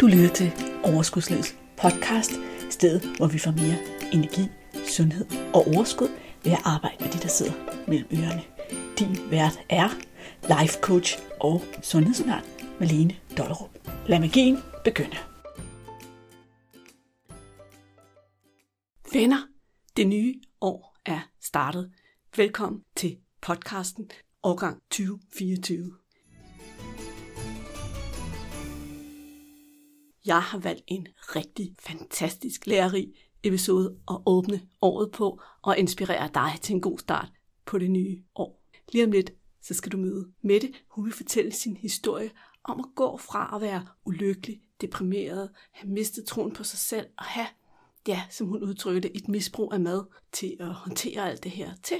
Du lytter til Overskudslivets podcast, stedet hvor vi får mere energi, sundhed og overskud ved at arbejde med det, der sidder mellem ørerne. Din vært er life coach og sundhedsnørd Malene Dollerup. Lad magien begynde. Venner, det nye år er startet. Velkommen til podcasten Årgang 2024. Jeg har valgt en rigtig fantastisk lærerig episode at åbne året på og inspirere dig til en god start på det nye år. Lige om lidt, så skal du møde Mette. Hun vil fortælle sin historie om at gå fra at være ulykkelig, deprimeret, have mistet troen på sig selv og have, som hun udtrykker det, et misbrug af mad til at håndtere alt det her til,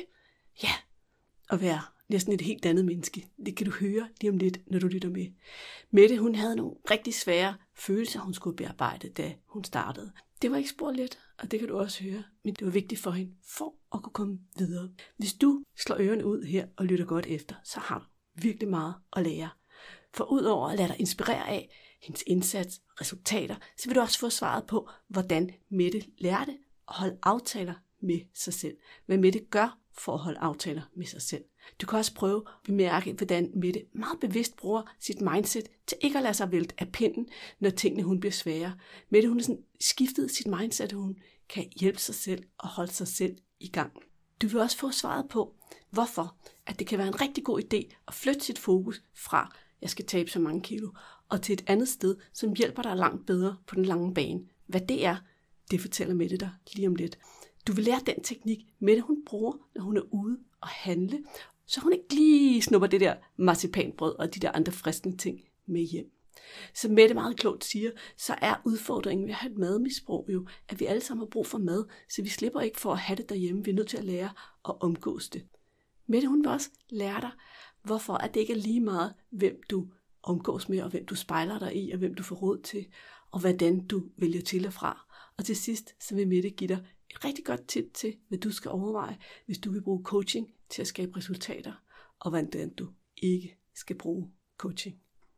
at være næsten et helt andet menneske. Det kan du høre lige om lidt, når du lytter med. Mette, hun havde nogle rigtig svære følelser, hun skulle bearbejde, da hun startede. Det var ikke spor let, og det kan du også høre, men det var vigtigt for hende, for at kunne komme videre. Hvis du slår ørerne ud her og lytter godt efter, så har du virkelig meget at lære. For udover at lade dig inspirere af hendes indsats, resultater, så vil du også få svaret på, hvordan Mette lærte at holde aftaler med sig selv. Hvad Mette gør for at holde aftaler med sig selv. Du kan også prøve at bemærke, hvordan Mette meget bevidst bruger sit mindset til ikke at lade sig vælte af pinden, når tingene hun bliver svære. Mette, hun har sådan skiftet sit mindset, at hun kan hjælpe sig selv og holde sig selv i gang. Du vil også få svaret på, hvorfor at det kan være en rigtig god idé at flytte sit fokus fra, jeg skal tabe så mange kilo, og til et andet sted, som hjælper dig langt bedre på den lange bane. Hvad det er, det fortæller Mette dig lige om lidt. Du vil lære den teknik, Mette hun bruger, når hun er ude og handle, så hun ikke lige snupper det der marcipanbrød og de der andre fristende ting med hjem. Som Mette meget klogt siger, så er udfordringen ved at have et madmisbrug jo, at vi alle sammen har brug for mad, så vi slipper ikke for at have det derhjemme. Vi er nødt til at lære at omgås det. Mette hun vil også lære dig, hvorfor at det ikke er lige meget, hvem du omgås med, og hvem du spejler dig i, og hvem du får råd til, og hvordan du vælger til og fra. Og til sidst, så vil Mette give dig et rigtig godt tip til, hvad du skal overveje, hvis du vil bruge coaching til at skabe resultater, og hvordan du ikke skal bruge coaching.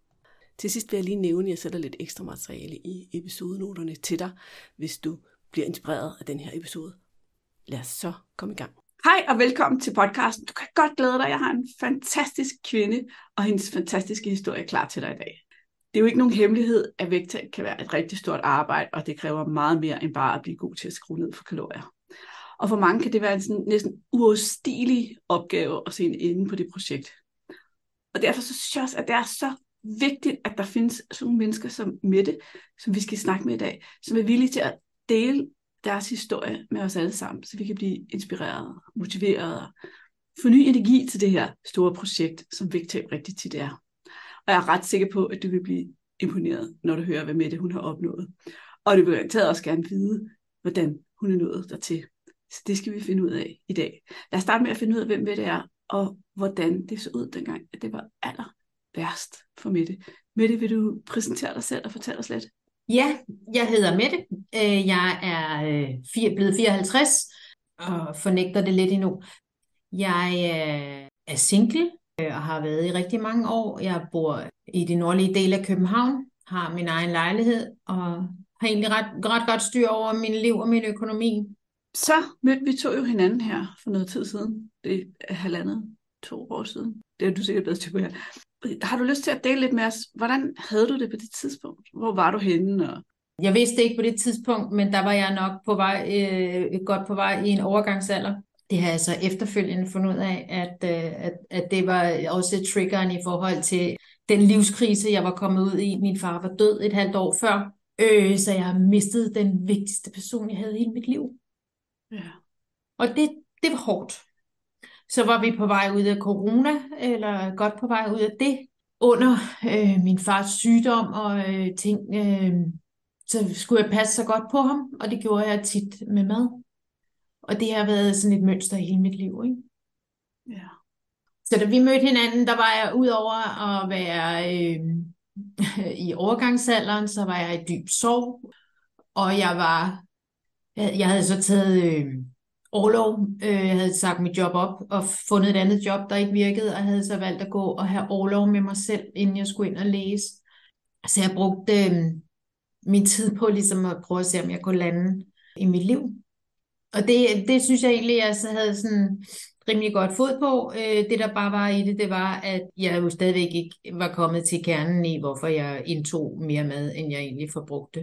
Til sidst vil jeg lige nævne, at jeg sætter lidt ekstra materiale i episodenoterne til dig, hvis du bliver inspireret af den her episode. Lad os så komme i gang. Hej og velkommen til podcasten. Du kan godt glæde dig, jeg har en fantastisk kvinde og hendes fantastiske historie klar til dig i dag. Det er jo ikke nogen hemmelighed, at vægttab kan være et rigtig stort arbejde, og det kræver meget mere end bare at blive god til at skrue ned for kalorier. Og for mange kan det være en sådan næsten uoverstigelig opgave at se en ende på det projekt. Og derfor så synes jeg også, at det er så vigtigt, at der findes sådan nogle mennesker som Mette, som vi skal snakke med i dag, som er villige til at dele deres historie med os alle sammen, så vi kan blive inspireret, motiveret og få ny energi til det her store projekt, som vægttab rigtig tit er. Og jeg er ret sikker på, at du vil blive imponeret, når du hører, hvad Mette hun har opnået. Og du vil også gerne vide, hvordan hun er nået dertil. Så det skal vi finde ud af i dag. Lad os starte med at finde ud af, hvem Mette er, og hvordan det så ud dengang, at det var aller værst for Mette. Mette, vil du præsentere dig selv og fortælle os lidt? Ja, jeg hedder Mette. Jeg er blevet 54 og fornægter det lidt endnu. Jeg er single og har været i rigtig mange år. Jeg bor i det nordlige del af København, har min egen lejlighed og har egentlig ret godt styr over min liv og min økonomi. Så mødte vi jo hinanden her for noget tid siden. Det er 1,5-2 år siden. Det er du sikkert bedre til på her. Har du lyst til at dele lidt med os? Hvordan havde du det på det tidspunkt? Hvor var du henne? Jeg vidste ikke på det tidspunkt, men der var jeg nok på vej, godt på vej i en overgangsalder. Det har jeg så efterfølgende fundet ud af, at det var også triggeren i forhold til den livskrise, jeg var kommet ud i. Min far var død et halvt år før, så jeg har mistet den vigtigste person, jeg havde i hele mit liv. Ja. Og det var hårdt. Så var vi på vej ud af corona, eller godt på vej ud af det, under min fars sygdom og ting. Så skulle jeg passe så godt på ham, og det gjorde jeg tit med mad. Og det har været sådan et mønster i hele mit liv, ikke? Ja. Så da vi mødte hinanden, der var jeg ud over at være i overgangsalderen, så var jeg i dyb sorg. Og jeg havde så taget orlov. Jeg havde sagt mit job op og fundet et andet job, der ikke virkede, og havde så valgt at gå og have orlov med mig selv, inden jeg skulle ind og læse. Så jeg brugte min tid på ligesom at prøve at se, om jeg kunne lande i mit liv. Og det synes jeg egentlig, jeg så havde sådan rimelig godt fod på. Det, der bare var i det, det var, at jeg jo stadigvæk ikke var kommet til kernen i, hvorfor jeg indtog mere mad, end jeg egentlig forbrugte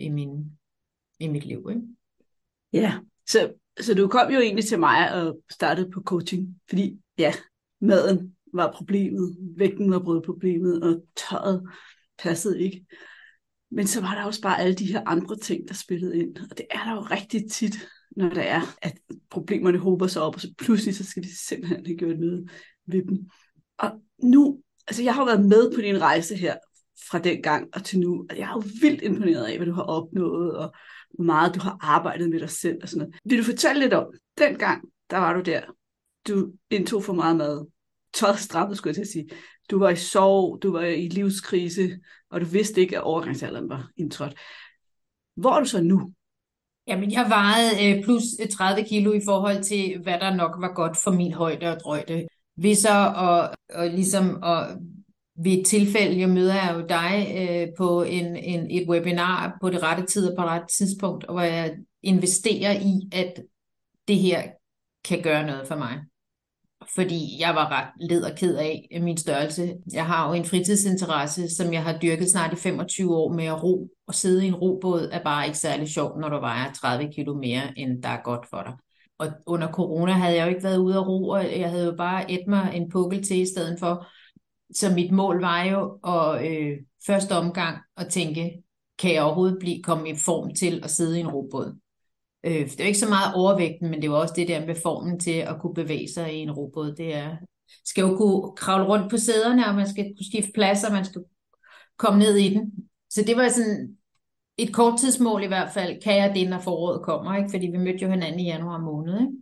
i mit liv. Ikke? Ja, så du kom jo egentlig til mig og startede på coaching, fordi ja, maden var problemet, vægten var problemet, og tøjet passede ikke. Men så var der også bare alle de her andre ting, der spillede ind. Og det er der jo rigtig tit, når der er, at problemerne hober sig op, og så pludselig så skal vi simpelthen have gjort noget ved dem. Og nu, altså jeg har jo været med på din rejse her, fra den gang og til nu, og jeg er jo vildt imponeret af, hvad du har opnået, og hvor meget du har arbejdet med dig selv og sådan noget. Vil du fortælle lidt om, dengang, der var du der, du indtog for meget mad, tøjet strammede, skulle jeg til at sige. Du var i sorg, du var i livskrise, og du vidste ikke, at overgangsalderen var indtrådt. Hvor er du så nu? Jamen, jeg vejede plus 30 kilo i forhold til, hvad der nok var godt for min højde og drøjde. Ved så og ligesom og ved et tilfælde, jeg møder jeg jo dig på et webinar på det rette tid og på det rette tidspunkt, hvor jeg investerer i, at det her kan gøre noget for mig. Fordi jeg var ret led og ked af min størrelse. Jeg har jo en fritidsinteresse, som jeg har dyrket snart i 25 år med at ro. Og sidde i en robåd er bare ikke særlig sjovt, når du vejer 30 kilo mere, end der er godt for dig. Og under corona havde jeg jo ikke været ude at ro, og jeg havde jo bare ædt mig en pukkel til i stedet for. Så mit mål var jo første omgang at tænke, kan jeg overhovedet komme i form til at sidde i en robåd? Det er jo ikke så meget overvægten, men det var også det der med formen til at kunne bevæge sig i en robåd. Det er, skal jo kunne kravle rundt på sæderne, og man skal kunne skifte plads, og man skal komme ned i den. Så det var sådan et korttidsmål i hvert fald. Kan jeg det, når foråret kommer? Ikke? Fordi vi mødte jo hinanden i januar måned. Ikke?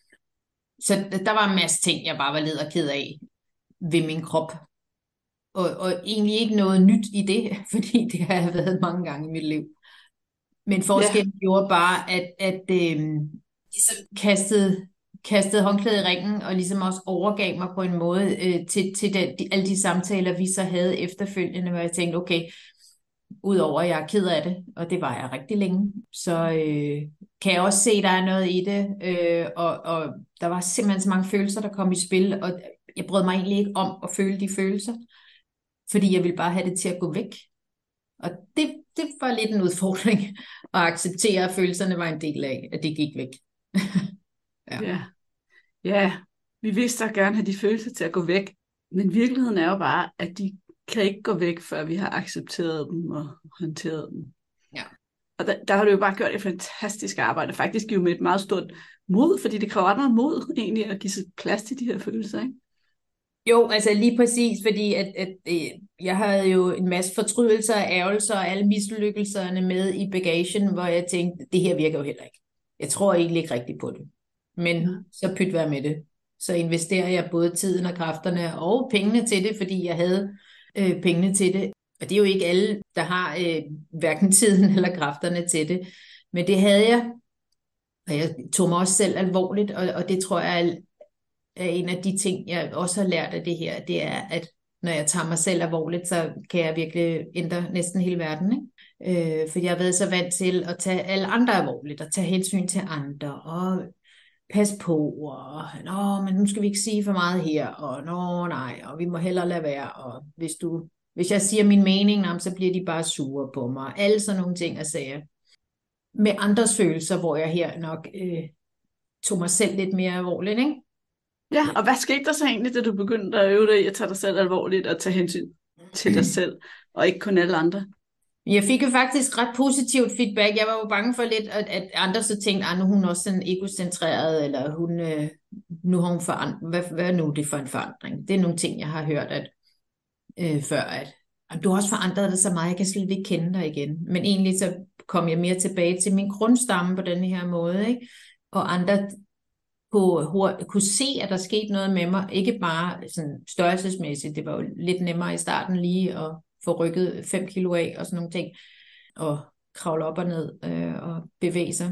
Så der var en masse ting, jeg bare var led og ked af ved min krop. Og egentlig ikke noget nyt i det, fordi det har jeg været mange gange i mit liv. Men forskellen gjorde bare, at ligesom kastede håndklædet i ringen, og ligesom også overgav mig på en måde til alle de samtaler, vi så havde efterfølgende, hvor jeg tænkte, okay, udover at jeg er ked af det, og det var jeg rigtig længe, så kan jeg også se, at der er noget i det, og der var simpelthen så mange følelser, der kom i spil, og jeg brød mig egentlig ikke om at føle de følelser, fordi jeg ville bare have det til at gå væk. Og det var lidt en udfordring at acceptere, at følelserne var en del af, at det gik væk. Ja, vi vil så gerne have de følelser til at gå væk, men virkeligheden er jo bare, at de kan ikke gå væk, før vi har accepteret dem og håndteret dem. Ja. Og der har du jo bare gjort et fantastisk arbejde, faktisk jo med et meget stort mod, fordi det kræver ret meget mod egentlig at give sig plads til de her følelser, ikke? Jo, altså lige præcis, fordi at jeg havde jo en masse fortrydelser og ærgelser og alle mislykkelserne med i bagagen, hvor jeg tænkte, det her virker jo heller ikke. Jeg tror egentlig ikke rigtigt på det. Men så pyt være med det. Så investerer jeg både tiden og kræfterne og pengene til det, fordi jeg havde pengene til det. Og det er jo ikke alle, der har hverken tiden eller kræfterne til det. Men det havde jeg. Og jeg tog mig også selv alvorligt, og det tror jeg er en af de ting, jeg også har lært af det her, det er, at når jeg tager mig selv alvorligt, så kan jeg virkelig ændre næsten hele verden. Ikke? For jeg har været så vant til at tage alle andre alvorligt, og tage hensyn til andre, og passe på, og men nu skal vi ikke sige for meget her, og nej, og vi må hellere lade være, og hvis jeg siger min mening, så bliver de bare sure på mig, alle sådan nogle ting, jeg sagde. Med andres følelser, hvor jeg her nok tog mig selv lidt mere alvorligt, ikke? Ja, og hvad skete der så egentlig, da du begyndte at øve dig i at tage dig selv alvorligt og tage hensyn til dig selv, og ikke kun alle andre? Jeg fik jo faktisk ret positivt feedback. Jeg var jo bange for lidt, at andre så tænkte, nu er hun også sådan egocentreret, eller nu har hun forandret. Hvad er nu det for en forandring? Det er nogle ting, jeg har hørt før, at du har også forandret dig så meget, jeg kan slet ikke kende dig igen. Men egentlig så kom jeg mere tilbage til min grundstamme på den her måde, ikke? Og andre kunne se, at der skete noget med mig. Ikke bare sådan størrelsesmæssigt. Det var jo lidt nemmere i starten lige at få rykket 5 kilo af og sådan nogle ting. Og kravle op og ned og bevæge sig.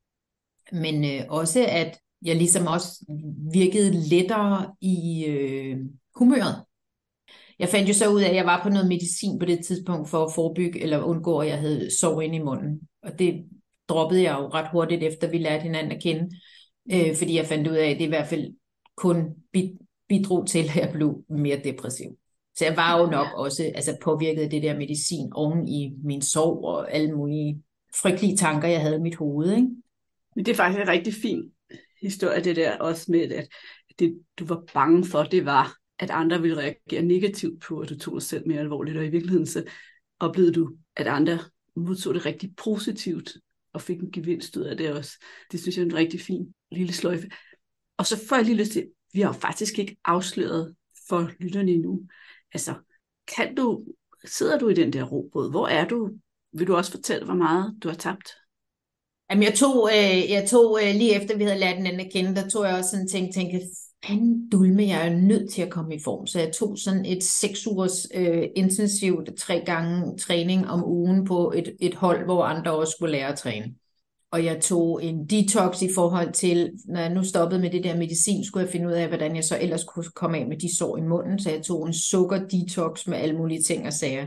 Men også, at jeg ligesom også virkede lettere i humøret. Jeg fandt jo så ud af, at jeg var på noget medicin på det tidspunkt for at forebygge eller undgå, at jeg havde sår inde i munden. Og det droppede jeg jo ret hurtigt efter, vi lærte hinanden at kende. Fordi jeg fandt ud af, at det i hvert fald kun bidrog til, at jeg blev mere depressiv. Så jeg var jo nok også påvirket af det der medicin oven i min sorg og alle mulige frygtelige tanker, jeg havde i mit hoved. Ikke? Men det er faktisk en rigtig fin historie, det der også med, at det, du var bange for, det var, at andre ville reagere negativt på, at du tog dig selv mere alvorligt, og i virkeligheden så oplevede du, at andre modtog det rigtig positivt, og fik en gevinst ud af det også. Det synes jeg er en rigtig fin lille sløjfe. Og så får jeg lige lyst til, vi har jo faktisk ikke afsløret for lytterne endnu. Altså, sidder du i den der robåd? Hvor er du? Vil du også fortælle, hvor meget du har tabt? Jamen, jeg tog lige efter vi havde lært hinanden at kende, der tog jeg også sådan tænkte, fanden dulme, jeg er nødt til at komme i form. Så jeg tog sådan et 6 ugers intensivt 3 gange træning om ugen på et hold, hvor andre også skulle lære at træne. Og jeg tog en detox i forhold til, når jeg nu stoppede med det der medicin, skulle jeg finde ud af, hvordan jeg så ellers kunne komme af med de sår i munden. Så jeg tog en sukkerdetox med alle mulige ting og sager.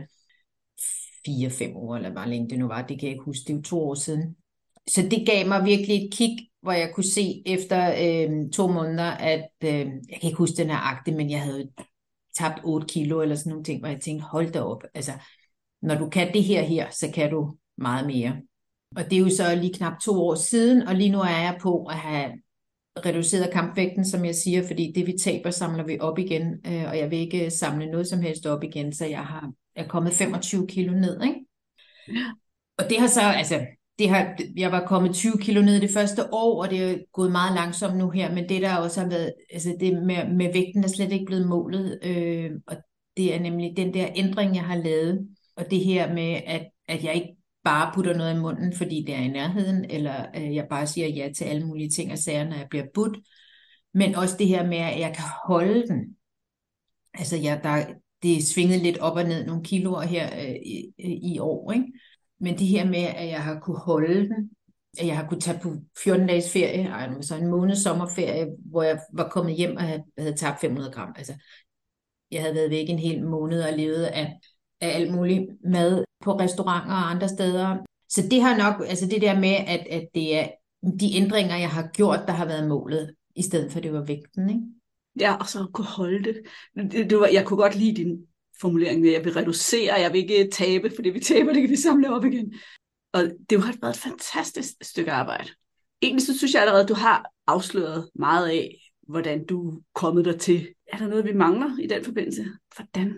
4-5 år, eller hvor længe det nu var, det kan jeg ikke huske, det er jo 2 år siden. Så det gav mig virkelig et kig, hvor jeg kunne se efter 2 måneder, at jeg kan ikke huske den her akte, men jeg havde tabt 8 kilo eller sådan nogle ting, hvor jeg tænkte, hold da op, altså når du kan det her, så kan du meget mere. Og det er jo så lige knap 2 år siden, og lige nu er jeg på at have reduceret kampvægten, som jeg siger, fordi det vi taber, samler vi op igen, og jeg vil ikke samle noget som helst op igen, så jeg er kommet 25 kilo ned, ikke? Ja. Og det har så, jeg var kommet 20 kilo ned det første år, og det er gået meget langsomt nu her, men det der også har været, det med vægten er slet ikke blevet målet, og det er nemlig den der ændring, jeg har lavet, og det her med, at jeg ikke bare putter noget i munden, fordi det er i nærheden, eller jeg bare siger ja til alle mulige ting og sager, når jeg bliver budt, men også det her med, at jeg kan holde den. Altså, det er svinget lidt op og ned nogle kiloer her i år, ikke? Men det her med, at jeg har kunne holde den, at jeg har kunne tage på 14 dages ferie, så en måneds sommerferie, hvor jeg var kommet hjem og havde tabt 500 gram. Altså, jeg havde været væk en hel måned og levet af alt muligt mad på restauranter og andre steder. Så det har nok, altså det der med, at det er de ændringer, jeg har gjort, der har været målet, i stedet for det var vægten, ikke? Ja, og så kunne holde det. Jeg kunne godt lide din formulering med, at jeg vil reducere, jeg vil ikke tabe, for det vi taber, det kan vi samle op igen. Og det har været et fantastisk stykke arbejde. Egentlig så synes jeg allerede, at du har afsløret meget af, hvordan du er kommet der til. Er der noget, vi mangler i den forbindelse? Hvordan?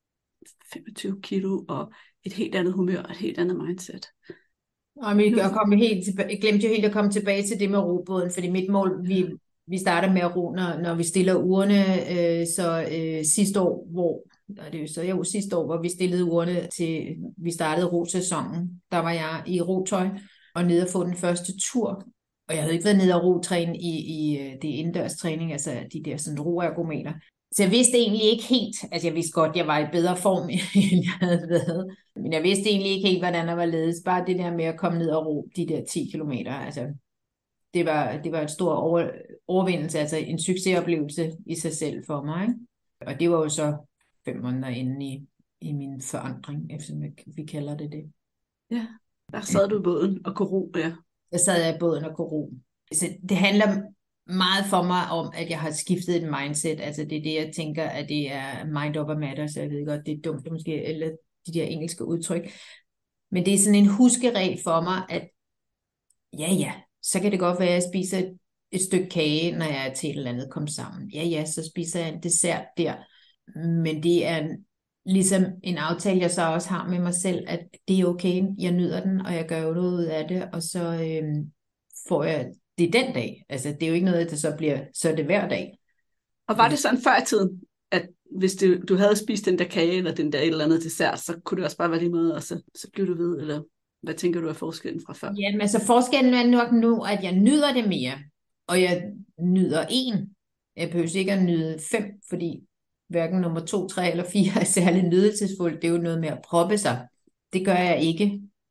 25 kilo og et helt andet humør og et helt andet mindset. Jeg glemte jo helt at komme tilbage til det med robåden, fordi mit mål, vi starter med at ro, når vi stiller urene, sidste år, hvor vi stillede urene til, vi startede rosæsonen, der var jeg i rotøj og nede at få den første tur, og jeg havde ikke været nede og rotræne i det indendørs træning, altså de der sådan roergometer. Så jeg vidste egentlig ikke helt, altså jeg vidste godt, at jeg var i bedre form, end jeg havde været. Men jeg vidste egentlig ikke helt, hvordan der var ledes. Bare det der med at komme ned og ro de der 10 kilometer, altså det var en stor overvindelse, altså en succesoplevelse i sig selv for mig. Ikke? Og det var jo så 5 måneder inde i min forandring, efter vi kalder det. Ja, der sad du i båden og kunne ro, ja. Der sad jeg i båden og kunne ro. Så det handler meget for mig om, at jeg har skiftet et mindset. Altså det er det, jeg tænker, at det er mind over matter, så jeg ved godt, det er dumt måske, eller de der engelske udtryk. Men det er sådan en huskeregel for mig, at ja, så kan det godt være, at jeg spiser et stykke kage, når jeg er til et eller andet kom sammen. Ja, så spiser jeg en dessert der. Men det er ligesom en aftale, jeg så også har med mig selv, at det er okay, jeg nyder den, og jeg gør jo noget ud af det, og så får jeg det den dag. Altså, det er jo ikke noget, der så er det hver dag. Og var det sådan før i tiden, at hvis du havde spist den der kage, eller den der et eller andet dessert, så kunne det også bare være lige meget, og så blev du ved, eller hvad tænker du er forskellen fra før? Jamen, altså forskellen er nok nu, at jeg nyder det mere, og jeg nyder 1. Jeg behøver ikke at nyde 5, fordi hverken nummer 2, 3 eller 4 er særlig nydelsesfuldt. Det er jo noget med at proppe sig. Det gør jeg ikke.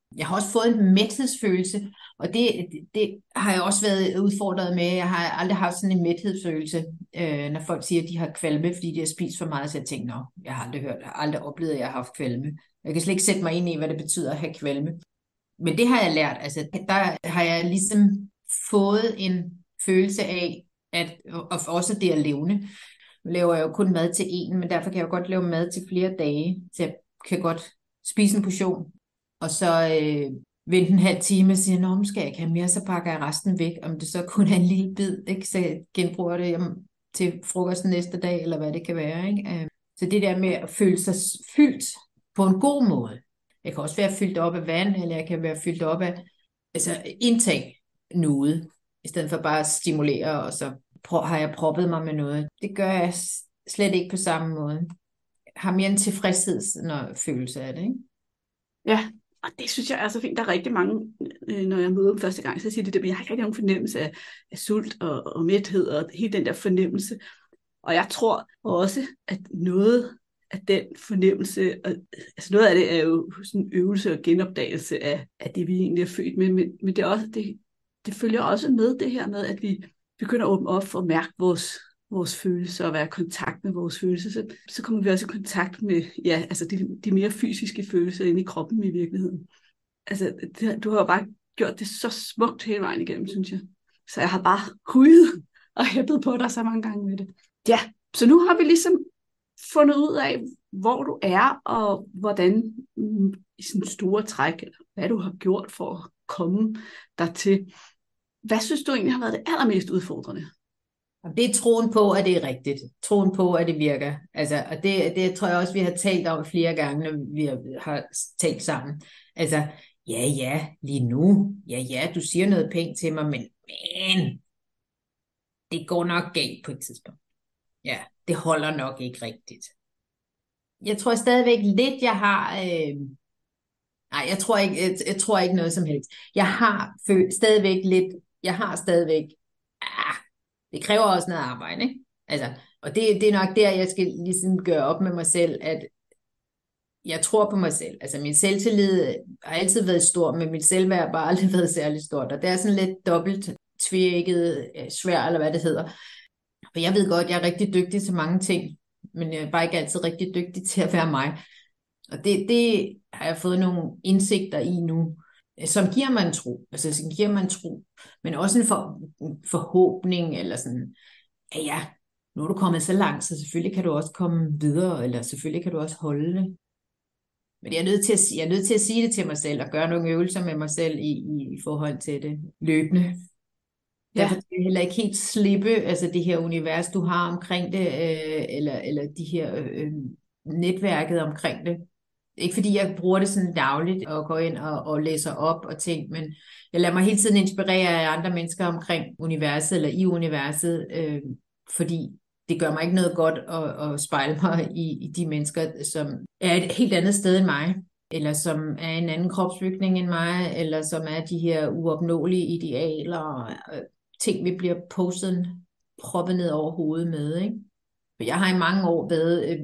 Jeg har også fået en mæthedsfølelse, og det har jeg også været udfordret med. Jeg har aldrig haft sådan en mæthedsfølelse, når folk siger, at de har kvalme, fordi de har spist for meget. Så jeg tænker, nå, jeg har aldrig oplevet, at jeg har haft kvalme. Jeg kan slet ikke sætte mig ind i, hvad det betyder at have kvalme. Men det har jeg lært. Altså, der har jeg ligesom fået en følelse af, og også det at levne. Nu laver jeg jo kun mad til en, men derfor kan jeg jo godt lave mad til flere dage. Så jeg kan godt spise en portion, og så vente en halv time og sige, nå, nu skal jeg ikke have mere, så pakker jeg resten væk. Om det så kun er en lille bid, ikke? Så jeg genbruger det til frokost næste dag, eller hvad det kan være. Ikke? Så det der med at føle sig fyldt på en god måde. Jeg kan også være fyldt op af vand, eller jeg kan være fyldt op af indtag noget, i stedet for bare at stimulere, og så har jeg proppet mig med noget. Det gør jeg slet ikke på samme måde. Jeg har mere en tilfredshedsfølelse af det, ikke? Ja, og det synes jeg er så fint. Der er rigtig mange, når jeg møder dem første gang, så siger de, at jeg har ikke rigtig nogen fornemmelse af sult og mæthed og hele den der fornemmelse. Og jeg tror også, at noget af den fornemmelse, altså noget af det er jo sådan en øvelse og genopdagelse af det, vi egentlig er født med, men det, er også, det følger også med det her med, at vi begynder at åbne op for at mærke vores følelser og være i kontakt med vores følelser, så kommer vi også i kontakt med de mere fysiske følelser inde i kroppen i virkeligheden. Altså, du har jo bare gjort det så smukt hele vejen igennem, synes jeg. Så jeg har bare hujet og hæppet på dig så mange gange med det. Ja, så nu har vi ligesom fundet ud af, hvor du er, og hvordan i sådan store træk, eller hvad du har gjort for at komme dertil. Hvad synes du egentlig har været det allermest udfordrende? Det er troen på, at det er rigtigt. Troen på, at det virker. Altså, og det tror jeg også, vi har talt om flere gange, når vi har talt sammen. Altså, ja, lige nu. Ja, du siger noget pænt til mig, men det går nok galt på et tidspunkt. Ja, det holder nok ikke rigtigt. Jeg tror stadigvæk lidt, jeg har... Nej, jeg tror ikke noget som helst. Jeg har stadigvæk lidt... Jeg har stadigvæk... det kræver også noget arbejde, ikke? Altså, og det er nok der, jeg skal ligesom gøre op med mig selv, at jeg tror på mig selv. Altså, min selvtillid har altid været stor, men mit selvværd har bare aldrig været særlig stort. Og det er sådan lidt dobbelt tvækket svær, eller hvad det hedder. For jeg ved godt, jeg er rigtig dygtig til mange ting, men jeg er bare ikke altid rigtig dygtig til at være mig. Og det har jeg fået nogle indsigter i nu, som giver mig en tro. Altså, som giver mig en tro, men også en forhåbning, eller sådan, ja, nu er du kommet så langt, så selvfølgelig kan du også komme videre, eller selvfølgelig kan du også holde det. Men jeg er nødt til at sige det til mig selv, og gøre nogle øvelser med mig selv i forhold til det løbende. Derfor kan jeg heller ikke helt slippe altså det her univers, du har omkring det, eller de her netværket omkring det. Ikke fordi jeg bruger det sådan dagligt og går ind og læser op og ting, men jeg lader mig hele tiden inspirere af andre mennesker omkring universet eller i universet, fordi det gør mig ikke noget godt at spejle mig i de mennesker, som er et helt andet sted end mig, eller som er en anden kropsbygning end mig, eller som er de her uopnåelige idealer, ting vi bliver proppet ned over hovedet med, ikke? For jeg har i mange år været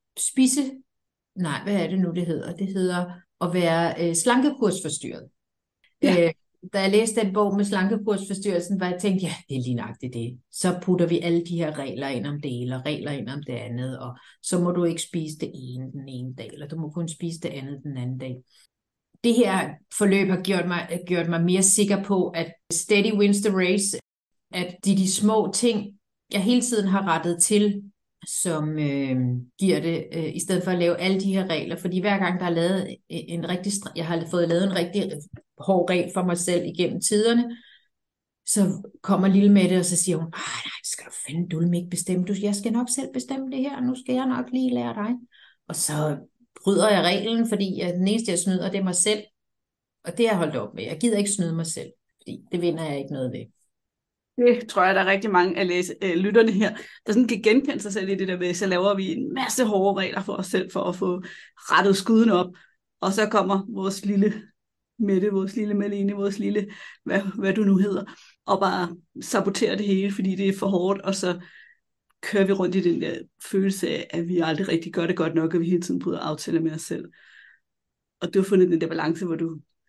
hvad er det nu, det hedder? Det hedder at være slankekursforstyrret. Ja. Da jeg læste den bog med slankekursforstyrrelsen, var jeg tænkt, ja, det er lige nøjagtigt det. Så putter vi alle de her regler ind om det ene, og regler ind om det andet, og så må du ikke spise det ene den ene dag, eller du må kun spise det andet den anden dag. Det her forløb har gjort mig mere sikker på, at steady wins the race, at de små ting, jeg hele tiden har rettet til, som giver det, i stedet for at lave alle de her regler. Fordi hver gang der er lavet jeg har fået lavet en rigtig hård regel for mig selv igennem tiderne, så kommer lille Mette, og så siger hun, nej, det skal du fandme, du vil ikke bestemme. Jeg skal nok selv bestemme det her, nu skal jeg nok lige lære dig. Og så bryder jeg reglen, fordi den eneste, jeg snyder, det er mig selv. Og det har jeg holdt op med. Jeg gider ikke snyde mig selv, fordi det vinder jeg ikke noget ved. Det tror jeg, der er rigtig mange af lytterne her, der sådan kan genkende sig selv i det der med, så laver vi en masse hårde regler for os selv, for at få rettet skuden op. Og så kommer vores lille Mette, vores lille Malene, vores lille, hvad du nu hedder, og bare saboterer det hele, fordi det er for hårdt, og så kører vi rundt i den der følelse af, at vi aldrig rigtig gør det godt nok, og vi hele tiden bryder aftaler med os selv. Og du har fundet den der balance, hvor du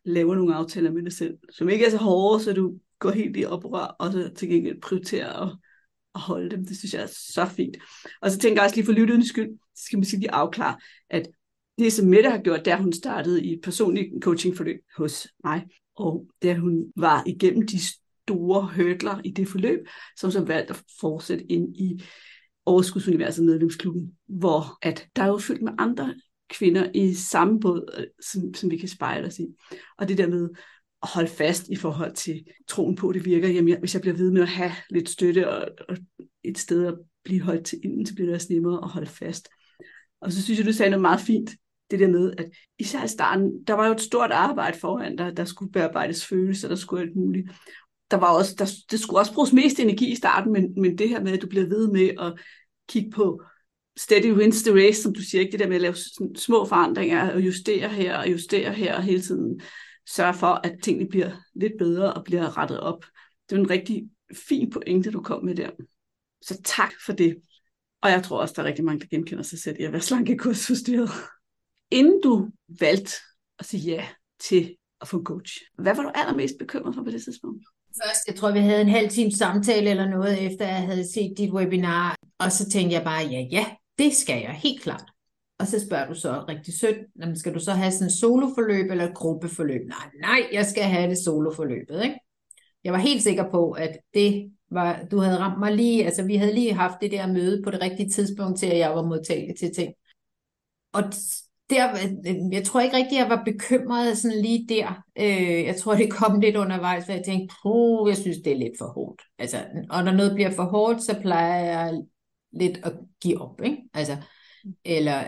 laver nogle aftaler med dig selv, som ikke er så hårde, så du går helt i oprør, og så til gengæld prioriterer at holde dem. Det synes jeg er så fint. Og så tænker jeg også lige for lytternes skyld, så skal man sige lige afklare, at det, som Mette har gjort, da hun startede i et personligt coachingforløb hos mig, og da hun var igennem de store hurdler i det forløb, som så valgte at fortsætte ind i Overskudsuniverset medlemsklubben, hvor at der er jo fyldt med andre kvinder i samme båd, som vi kan spejle os i. Og det der med at holde fast i forhold til troen på, at det virker. Jamen, hvis jeg bliver ved med at have lidt støtte og et sted at blive holdt til inden, så bliver det også nemmere at holde fast. Og så synes jeg, du sagde noget meget fint, det der med, at især i starten, der var jo et stort arbejde foran dig, der skulle bearbejdes følelser, der skulle alt muligt. Det skulle også bruges mest energi i starten, men det her med, at du bliver ved med at kigge på steady wins the race, som du siger, ikke det der med at lave små forandringer, og justere her, og hele tiden sørge for, at tingene bliver lidt bedre og bliver rettet op. Det er en rigtig fin pointe, du kom med der. Så tak for det. Og jeg tror også, der er rigtig mange, der genkender sig selv i at være slankekursforstyrret. Inden du valgte at sige ja til at få en coach, hvad var du allermest bekymret for på det tidspunkt? Først, jeg tror, vi havde en halv times samtale eller noget, efter jeg havde set dit webinar, og så tænkte jeg bare, ja, det skal jeg, helt klart. Og så spørger du så rigtig sødt, skal du så have sådan et soloforløb eller et gruppeforløb? Nej, jeg skal have det soloforløbet, ikke? Jeg var helt sikker på, at det var, du havde ramt mig lige, altså vi havde lige haft det der møde på det rigtige tidspunkt til, at jeg var modtagelig til ting. Og der, jeg tror ikke rigtig, jeg var bekymret sådan lige der. Jeg tror, det kom lidt undervejs, for jeg tænkte, jeg synes, det er lidt for hårdt. Altså, og når noget bliver for hårdt, så plejer jeg lidt at give op, ikke? Altså, eller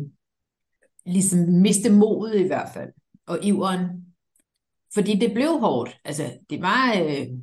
ligesom miste modet i hvert fald, og iveren. Fordi det blev hårdt. Altså, det var...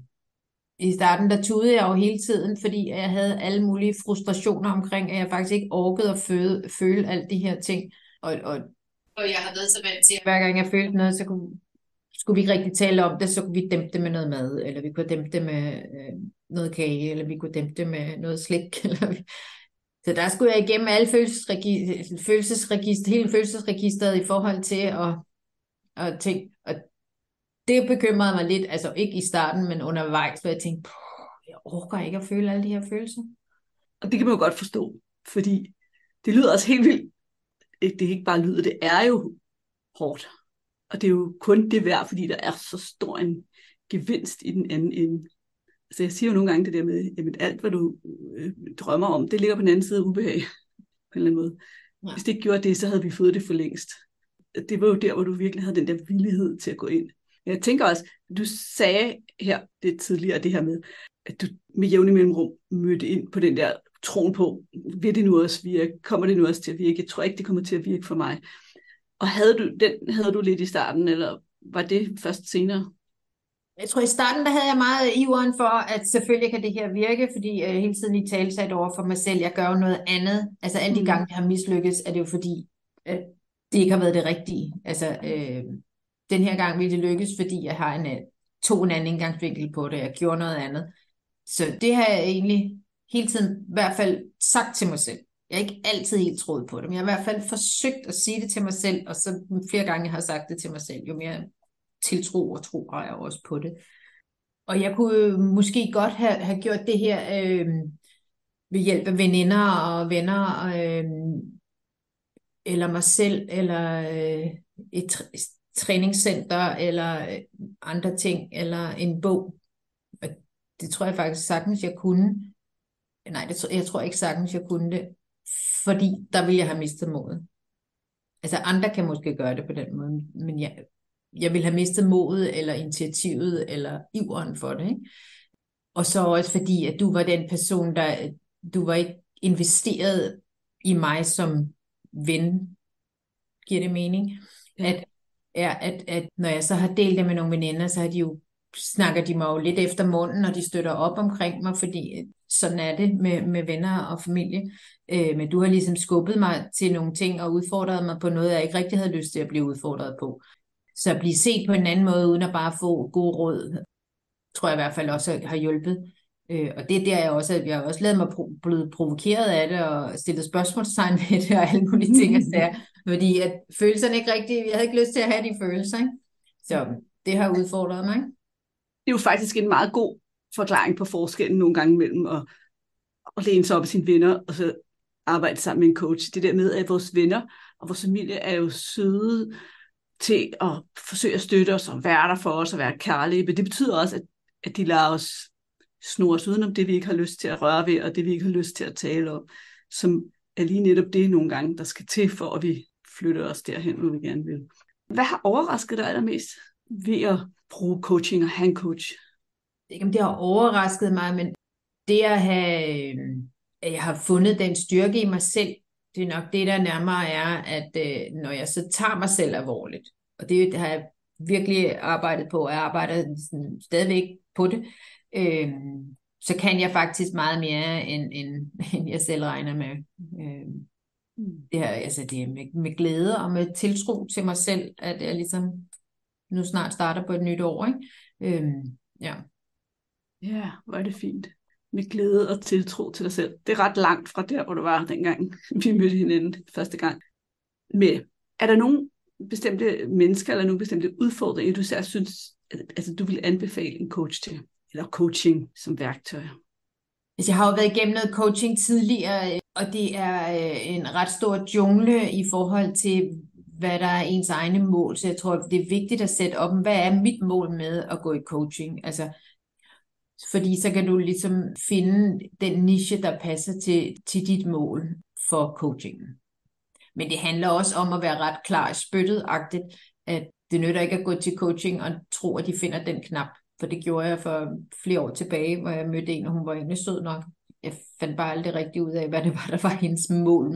I starten, der tudede jeg jo hele tiden, fordi jeg havde alle mulige frustrationer omkring, at jeg faktisk ikke orkede at føle alle de her ting. Og jeg har været så vant til, at hver gang jeg følte noget, så skulle vi ikke rigtig tale om det, så kunne vi dæmpe det med noget mad, eller vi kunne dæmpe det med noget kage, eller vi kunne dæmpe det med noget slik. Så der skulle jeg igennem alle hele følelsesregisteret i forhold til at tænke, og det bekymrede mig lidt, altså ikke i starten, men undervejs, hvor jeg tænkte, jeg orker ikke at føle alle de her følelser. Og det kan man jo godt forstå, fordi det lyder også helt vildt. Det er ikke bare lyder, det er jo hårdt. Og det er jo kun det værd, fordi der er så stor en gevinst i den anden ende. Altså jeg siger jo nogle gange det der med, at alt hvad du drømmer om, det ligger på den anden side af ubehag, på en eller anden måde. Ja. Hvis det ikke gjorde det, så havde vi fået det for længst. Det var jo der, hvor du virkelig havde den der villighed til at gå ind. Jeg tænker også, du sagde her det tidligere, det her med, at du med jævne mellemrum mødte ind på den der troen på, vil det nu også virke? Kommer det nu også til at virke? Jeg tror ikke, det kommer til at virke for mig. Og havde du lidt i starten, eller var det først senere? Jeg tror i starten, der havde jeg meget iveren for, at selvfølgelig kan det her virke, fordi jeg hele tiden i talsat over for mig selv, jeg gør jo noget andet. Altså alle de gange, jeg har mislykkes, er det jo fordi, det ikke har været det rigtige. Altså den her gang ville det lykkes, fordi jeg har tog en anden indgangsvinkel på det, jeg gjorde noget andet. Så det har jeg egentlig hele tiden i hvert fald sagt til mig selv. Jeg har ikke altid helt troet på det, men jeg har i hvert fald forsøgt at sige det til mig selv, og så flere gange jeg har sagt det til mig selv, jo mere tiltro og tro har jeg også på det. Og jeg kunne måske godt have gjort det her ved hjælp af veninder og venner, eller mig selv, eller et træningscenter, eller andre ting, eller en bog. Og det tror jeg faktisk sagtens, jeg kunne. Nej, jeg tror ikke sagtens, jeg kunne det, fordi der ville jeg have mistet modet. Altså andre kan måske gøre det på den måde, men jeg ville have mistet modet, eller initiativet, eller iveren for det, ikke? Og så også fordi, at du var den person, du var ikke investeret i mig som ven. Giver det mening? At når jeg så har delt det med nogle veninder, så har snakker de mig jo lidt efter munden, og de støtter op omkring mig, fordi sådan er det med venner og familie. Men du har ligesom skubbet mig til nogle ting, og udfordret mig på noget, jeg ikke rigtig havde lyst til at blive udfordret på. Så at blive set på en anden måde, uden at bare få gode råd, tror jeg i hvert fald også har hjulpet. Og det er der, jeg har også lavet mig blevet provokeret af det, og stillet spørgsmålstegn ved det, og alle mulige ting, fordi at følelserne ikke rigtig, jeg havde ikke lyst til at have de følelser, ikke? Så det har udfordret mig. Det er jo faktisk en meget god forklaring på forskellen nogle gange mellem at læne sig op af sine venner, og så arbejde sammen med en coach. Det der med, at vores venner og vores familie er jo søde til at forsøge at støtte os og være der for os og være kærlige, men det betyder også, at de lader os snurre os udenom det, vi ikke har lyst til at røre ved, og det, vi ikke har lyst til at tale om, som er lige netop det nogle gange, der skal til, for at vi flytter os derhen, hvor vi gerne vil. Hvad har overrasket dig allermest ved at bruge coaching og have en coach? Ikke om det har overrasket mig, men det at jeg har fundet den styrke i mig selv, det er nok det, der nærmere er, at når jeg så tager mig selv alvorligt, og det har jeg virkelig arbejdet på, og jeg arbejder stadigvæk på det, så kan jeg faktisk meget mere, end jeg selv regner med. Det er med glæde og med tiltro til mig selv, at jeg ligesom nu snart starter på et nyt år, ikke? Ja. Ja, hvor er det fint. Med glæde og tiltro til dig selv. Det er ret langt fra der, hvor du var dengang, vi mødte hinanden første gang. Men er der nogle bestemte mennesker, eller nogle bestemte udfordringer, du selv synes, altså du vil anbefale en coach til? Eller coaching som værktøj? Jeg har jo været igennem noget coaching tidligere, og det er en ret stor jungle i forhold til, hvad der er ens egne mål. Så jeg tror, det er vigtigt at sætte op, hvad er mit mål med at gå i coaching? Altså, fordi så kan du ligesom finde den niche, der passer til dit mål for coachingen. Men det handler også om at være ret klar i spyttet-agtigt, at det nytter ikke at gå til coaching og tro, at de finder den knap. For det gjorde jeg for flere år tilbage, hvor jeg mødte en, og hun var egentlig sød nok. Jeg fandt bare aldrig rigtig ud af, hvad det var, der var hendes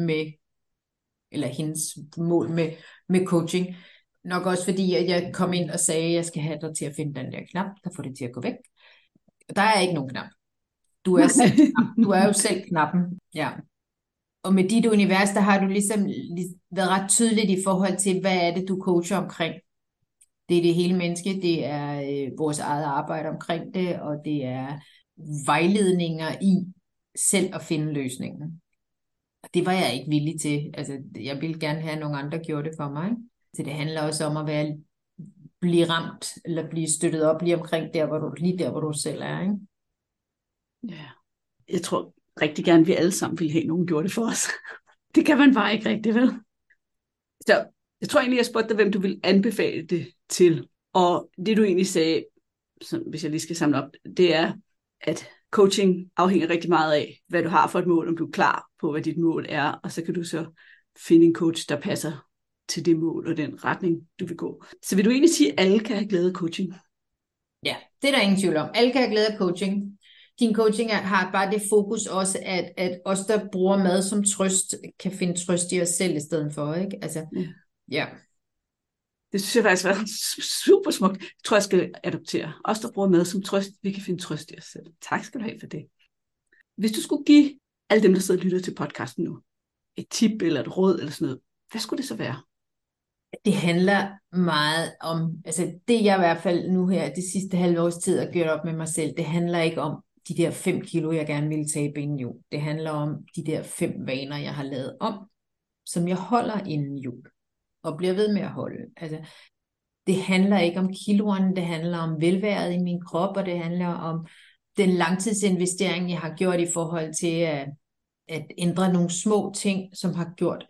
mål med coaching. Nok også fordi, at jeg kom ind og sagde, at jeg skal have dig til at finde den der knap, der får det til at gå væk. Der er ikke nogen knap. Du er jo selv knappen. Ja. Og med dit univers, der har du ligesom været ret tydeligt i forhold til, hvad er det, du coacher omkring. Det er det hele menneske, det er vores eget arbejde omkring det, og det er vejledninger i selv at finde løsningen. Og det var jeg ikke villig til. Altså, jeg ville gerne have, at nogle andre gjorde det for mig. Så det handler også om at blive ramt, eller blive støttet op lige omkring lige der, hvor du selv er, ikke? Ja, jeg tror rigtig gerne, vi alle sammen ville have, nogen gjorde det for os. Det kan man bare ikke rigtig, vel? Så jeg tror egentlig, jeg spurgte dig, hvem du vil anbefale det til. Og det du egentlig sagde, hvis jeg lige skal samle op, det er, at coaching afhænger rigtig meget af, hvad du har for et mål, om du er klar på, hvad dit mål er, og så kan du så finde en coach, der passer til det mål og den retning, du vil gå. Så vil du egentlig sige, at alle kan have glæde af coaching? Ja, det er der ingen tvivl om. Alle kan have glæde af coaching. Din coaching har bare det fokus også, at os, der bruger mad som trøst, kan finde trøst i os selv i stedet for, ikke? Altså, ja. Det synes jeg faktisk var super smukt. Jeg tror, jeg skal adoptere. Os, der bruger mad som trøst, vi kan finde trøst i os selv. Tak skal du have for det. Hvis du skulle give alle dem, der sidder og lytter til podcasten nu, et tip eller et råd eller sådan noget, hvad skulle det så være? Det handler meget om, altså det jeg i hvert fald nu her, det sidste halve års tid har gjort op med mig selv, det handler ikke om de der 5 kilo, jeg gerne ville tabe inden jul. Det handler om de der 5 vaner, jeg har lavet om, som jeg holder inden jul, og bliver ved med at holde. Altså, det handler ikke om kiloerne, det handler om velværet i min krop, og det handler om den langtidsinvestering, jeg har gjort i forhold til at ændre nogle små ting, som har gjort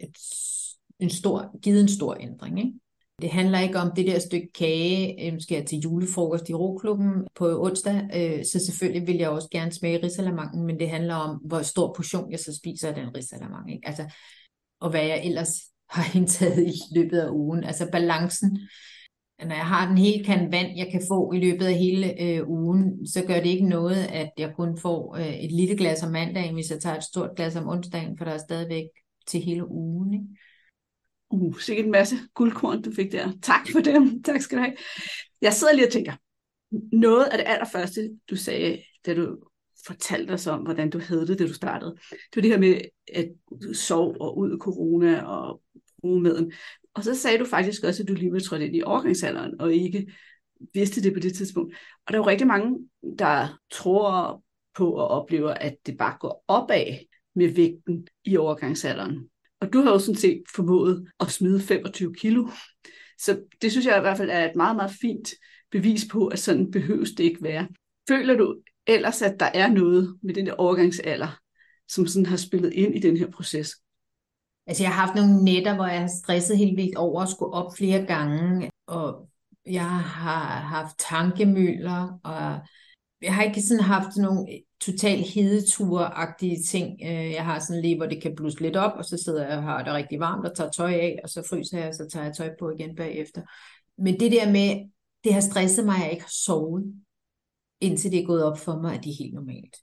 givet en stor ændring, ikke? Det handler ikke om det der stykke kage, skal jeg til julefrokost i Roklubben på onsdag, så selvfølgelig vil jeg også gerne smage risalamangen, men det handler om, hvor stor portion jeg så spiser af den risalamang, ikke? Altså, og hvad jeg ellers har indtaget i løbet af ugen. Altså balancen. Når jeg har den hele kan vand, jeg kan få i løbet af hele ugen, så gør det ikke noget, at jeg kun får et lille glas om mandagen, hvis jeg tager et stort glas om onsdagen, for der er stadigvæk til hele ugen, ikke? Sikkert en masse guldkorn, du fik der. Tak for dem. Tak skal du have. Jeg sidder lige og tænker, noget af det allerførste, du sagde, da du fortalte os om, hvordan du havde det, da du startede, det var det her med, at du sov og ud af corona og bruge maden. Og så sagde du faktisk også, at du lige var trådt ind i overgangsalderen, og ikke vidste det på det tidspunkt. Og der er jo rigtig mange, der tror på og oplever, at det bare går opad med vægten i overgangsalderen. Og du har jo sådan set formået at smide 25 kilo. Så det synes jeg i hvert fald er et meget, meget fint bevis på, at sådan behøves det ikke være. Føler du ellers, at der er noget med den der overgangsalder, som sådan har spillet ind i den her proces? Altså, jeg har haft nogle nætter, hvor jeg har stresset helt vildt over at skulle op flere gange, og jeg har haft tankemylder, og jeg har ikke sådan haft nogle total hedeture-agtige ting. Jeg har sådan lige, hvor det kan blusse lidt op, og så sidder jeg og har det rigtig varmt og tager tøj af, og så fryser jeg, og så tager jeg tøj på igen bagefter. Men det der med, det har stresset mig, at jeg ikke har sovet, indtil det er gået op for mig, at det er helt normalt.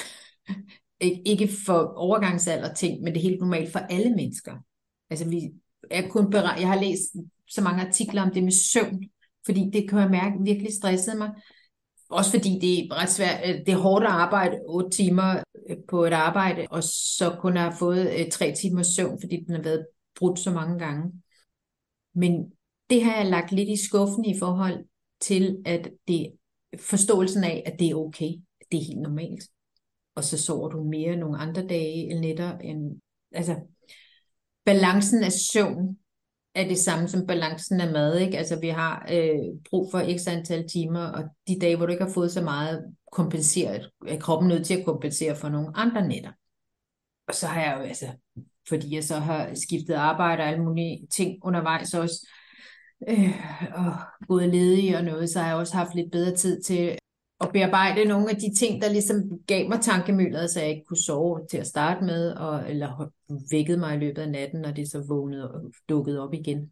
Ikke for overgangsalder ting, men det er helt normalt for alle mennesker. Altså jeg har læst så mange artikler om det med søvn, fordi det kan jeg mærke virkelig stressede mig. Også fordi det er ret svært, det er hårdt at arbejde 8 timer på et arbejde, og så kun have fået 3 timers søvn, fordi den har været brudt så mange gange. Men det har jeg lagt lidt i skuffen i forhold til, at forståelsen af, at det er okay, det er helt normalt. Og så sover du mere nogle andre dage eller nætter end... Altså, balancen af søvn er det samme som balancen af mad, ikke? Altså, vi har brug for x antal timer, og de dage, hvor du ikke har fået så meget kompenseret, er kroppen nødt til at kompensere for nogle andre nætter. Og så har jeg jo altså, fordi jeg så har skiftet arbejde og alle mulige ting undervejs også, og gået ledig og noget, så har jeg også haft lidt bedre tid til at bearbejde nogle af de ting, der ligesom gav mig tankemylder, så jeg ikke kunne sove til at starte med, eller vækkede mig i løbet af natten, når det så vågnede og dukkede op igen.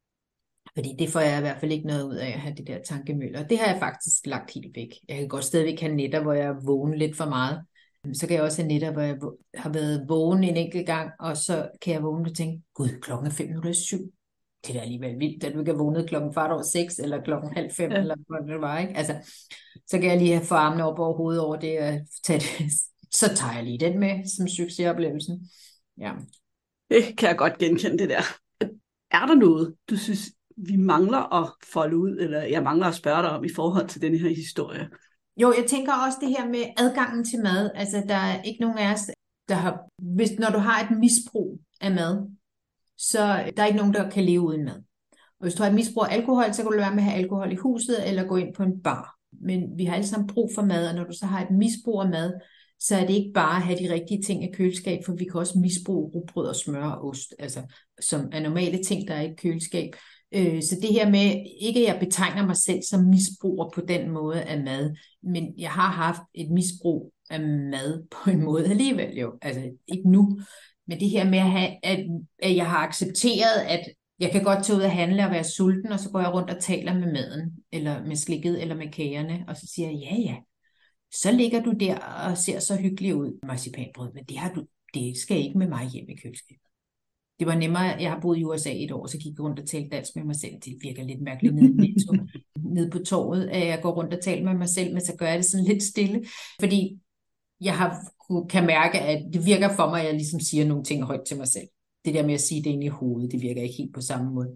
Fordi det får jeg i hvert fald ikke noget ud af at have det der tankemylder. Det har jeg faktisk lagt helt væk. Jeg kan godt stadigvæk have nætter, hvor jeg vågner lidt for meget. Så kan jeg også have nætter, hvor jeg har været vågen en enkelt gang, og så kan jeg vågne og tænke, gud, klokken er 5:07. Det er da alligevel vildt, at du ikke er vågnet klokken 6:15, eller klokken 4:30, eller hvad det var, ikke? Altså, så kan jeg lige få armene op over hovedet over det, og tage det. Så tager jeg lige den med, som succesoplevelsen. Ja. Det kan jeg godt genkende, det der. Er der noget, du synes, vi mangler at folde ud, eller jeg mangler at spørge dig om i forhold til denne her historie? Jo, jeg tænker også det her med adgangen til mad. Altså, der er ikke nogen af os, der har... Når du har et misbrug af mad, så der er ikke nogen, der kan leve uden mad. Og hvis du har et misbrug af alkohol, så kan du lade være med at have alkohol i huset, eller gå ind på en bar. Men vi har alle sammen brug for mad, og når du så har et misbrug af mad, så er det ikke bare at have de rigtige ting i køleskab, for vi kan også misbruge rugbrød og smør og ost, altså som er normale ting, der er i køleskab. Så det her med, ikke at jeg betegner mig selv som misbruger på den måde af mad, men jeg har haft et misbrug af mad på en måde alligevel jo, altså ikke nu, men det her med at jeg har accepteret, at jeg kan godt tage ud og handle og være sulten, og så går jeg rundt og taler med maden, eller med slikket, eller med kagerne, og så siger jeg, ja, så ligger du der og ser så hyggelig ud, marcipanbrød, men det skal ikke med mig hjem i køleskabet. Det var nemmere, jeg har boet i USA et år, så gik jeg rundt og talte dansk med mig selv. Det virker lidt mærkeligt nede på torvet, at jeg går rundt og taler med mig selv, men så gør jeg det sådan lidt stille, fordi jeg kan mærke, at det virker for mig, at jeg ligesom siger nogle ting højt til mig selv. Det der med at sige det ind i hovedet, det virker ikke helt på samme måde.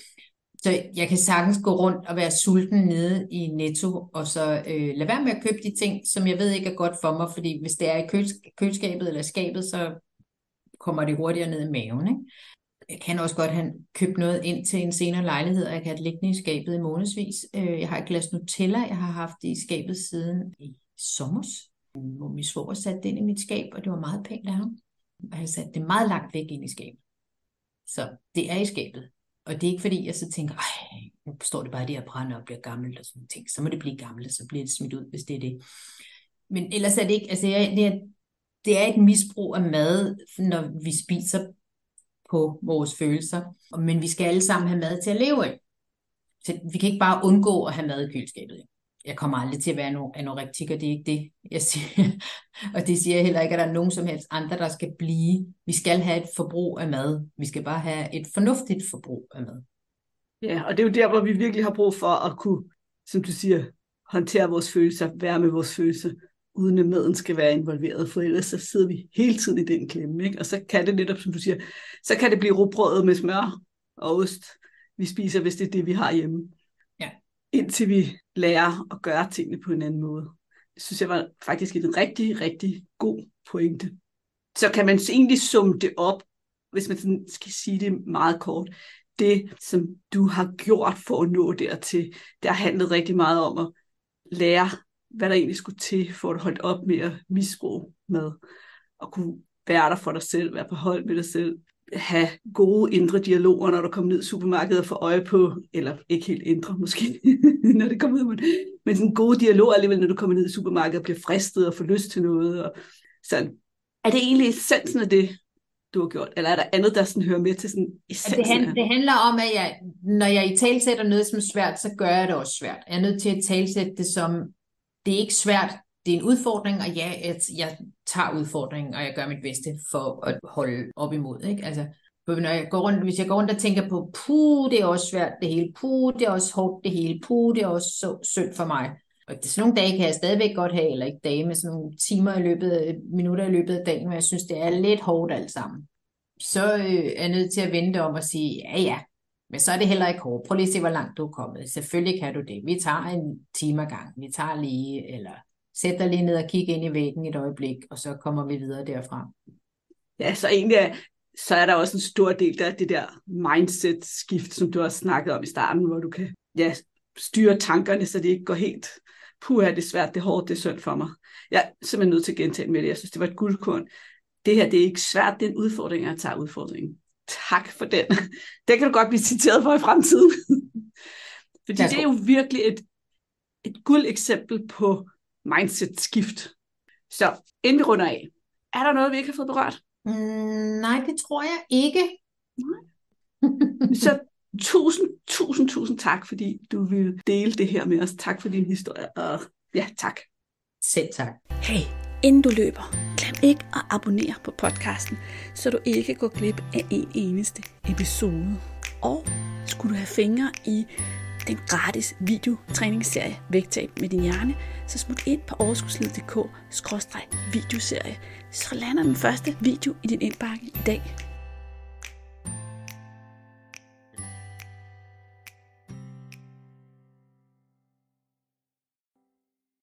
Så jeg kan sagtens gå rundt og være sulten nede i Netto, og så lade være med at købe de ting, som jeg ved ikke er godt for mig, fordi hvis det er i køleskabet eller skabet, så kommer det hurtigere ned i maven, ikke? Jeg kan også godt have købt noget ind til en senere lejlighed, og jeg kan have det liggende i skabet i månedsvis. Jeg har et glas Nutella, jeg har haft det i skabet siden i sommer, hvor min svoger satte det ind i mit skab, og det var meget pænt af ham. Og jeg har sat det meget langt væk ind i skabet. Så det er i skabet. Og det er ikke fordi, jeg så tænker, nu står det bare der og brænder og bliver gammelt og sådan nogle ting. Så må det blive gammelt, og så bliver det smidt ud, hvis det er det. Men ellers er det ikke, altså det er et misbrug af mad, når vi spiser på vores følelser. Men vi skal alle sammen have mad til at leve af. Så vi kan ikke bare undgå at have mad i køleskabet. Jeg kommer aldrig til at være anorektiker, det er ikke det, jeg siger. Og det siger jeg heller ikke, at der er nogen som helst andre, der skal blive. Vi skal have et forbrug af mad. Vi skal bare have et fornuftigt forbrug af mad. Ja, og det er jo der, hvor vi virkelig har brug for at kunne, som du siger, håndtere vores følelser, være med vores følelser, uden at maden skal være involveret, for ellers så sidder vi hele tiden i den klemme, ikke? Og så kan det netop, som du siger, så kan det blive rugbrødet med smør og ost, vi spiser, hvis det er det, vi har hjemme. Ja. Indtil vi lærer at gøre tingene på en anden måde. Det synes jeg var faktisk en rigtig, rigtig god pointe. Så kan man egentlig summe det op, hvis man sådan skal sige det meget kort. det, som du har gjort for at nå dertil, det har handlet rigtig meget om at lære, hvad der egentlig skulle til, for at holde op med at misbruge mad, og kunne være der for dig selv, være på hold med dig selv, have gode indre dialoger, når du kommer ned i supermarkedet og får øje på, eller ikke helt indre måske, når det kommer ud, men sådan gode dialoger alligevel, når du kommer ned i supermarkedet og bliver fristet og får lyst til noget. Og sådan. Er det egentlig essensen af det, du har gjort? Eller er der andet, der sådan hører med til sådan essensen af? Det handler om, at når jeg i talsætter noget som svært, så gør jeg det også svært. Jeg er nødt til at talsætte det som, det er ikke svært, det er en udfordring, og ja, jeg tager udfordringen, og jeg gør mit bedste for at holde op imod. Ikke? Altså, hvis jeg går rundt og tænker på, det er også svært det hele, det er også hårdt det hele, det er også så synd for mig. Og sådan nogle dage kan jeg stadigvæk godt have, eller ikke dage med sådan nogle minutter i løbet af dagen, hvor jeg synes, det er lidt hårdt alt sammen. Så er jeg nødt til at vente om og sige, ja, men så er det heller ikke hårdt. Prøv lige at se, hvor langt du er kommet. Selvfølgelig kan du det. Vi tager en time ad gang. Vi tager lige, eller sæt dig lige ned og kig ind i væggen et øjeblik, og så kommer vi videre derfra. Ja, så egentlig så er der også en stor del af det der mindset-skift, som du har snakket om i starten, hvor du kan styre tankerne, så det ikke går helt, det er svært, det er hårdt, det er synd for mig. Jeg er simpelthen nødt til at gentage med det. Jeg synes, det var et guldkorn. Det her, det er ikke svært, det er en udfordring, jeg tager udfordringen. Tak for den. Det kan du godt blive citeret for i fremtiden. Fordi det er jo virkelig et guld eksempel på mindset-skift. Så inden vi runder af, er der noget, vi ikke har fået berørt? Nej, det tror jeg ikke. Så tusind tak, fordi du vil dele det her med os. Tak for din historie, og ja, tak. Selv tak. Hey, inden du løber, glem ikke at abonnere på podcasten, så du ikke går glip af en eneste episode. Og skulle du have fingre i den gratis videotræningsserie Vægtab med din hjerne, så smut ind på overskudslivet.dk/videoserie, så lander den første video i din indbakke i dag.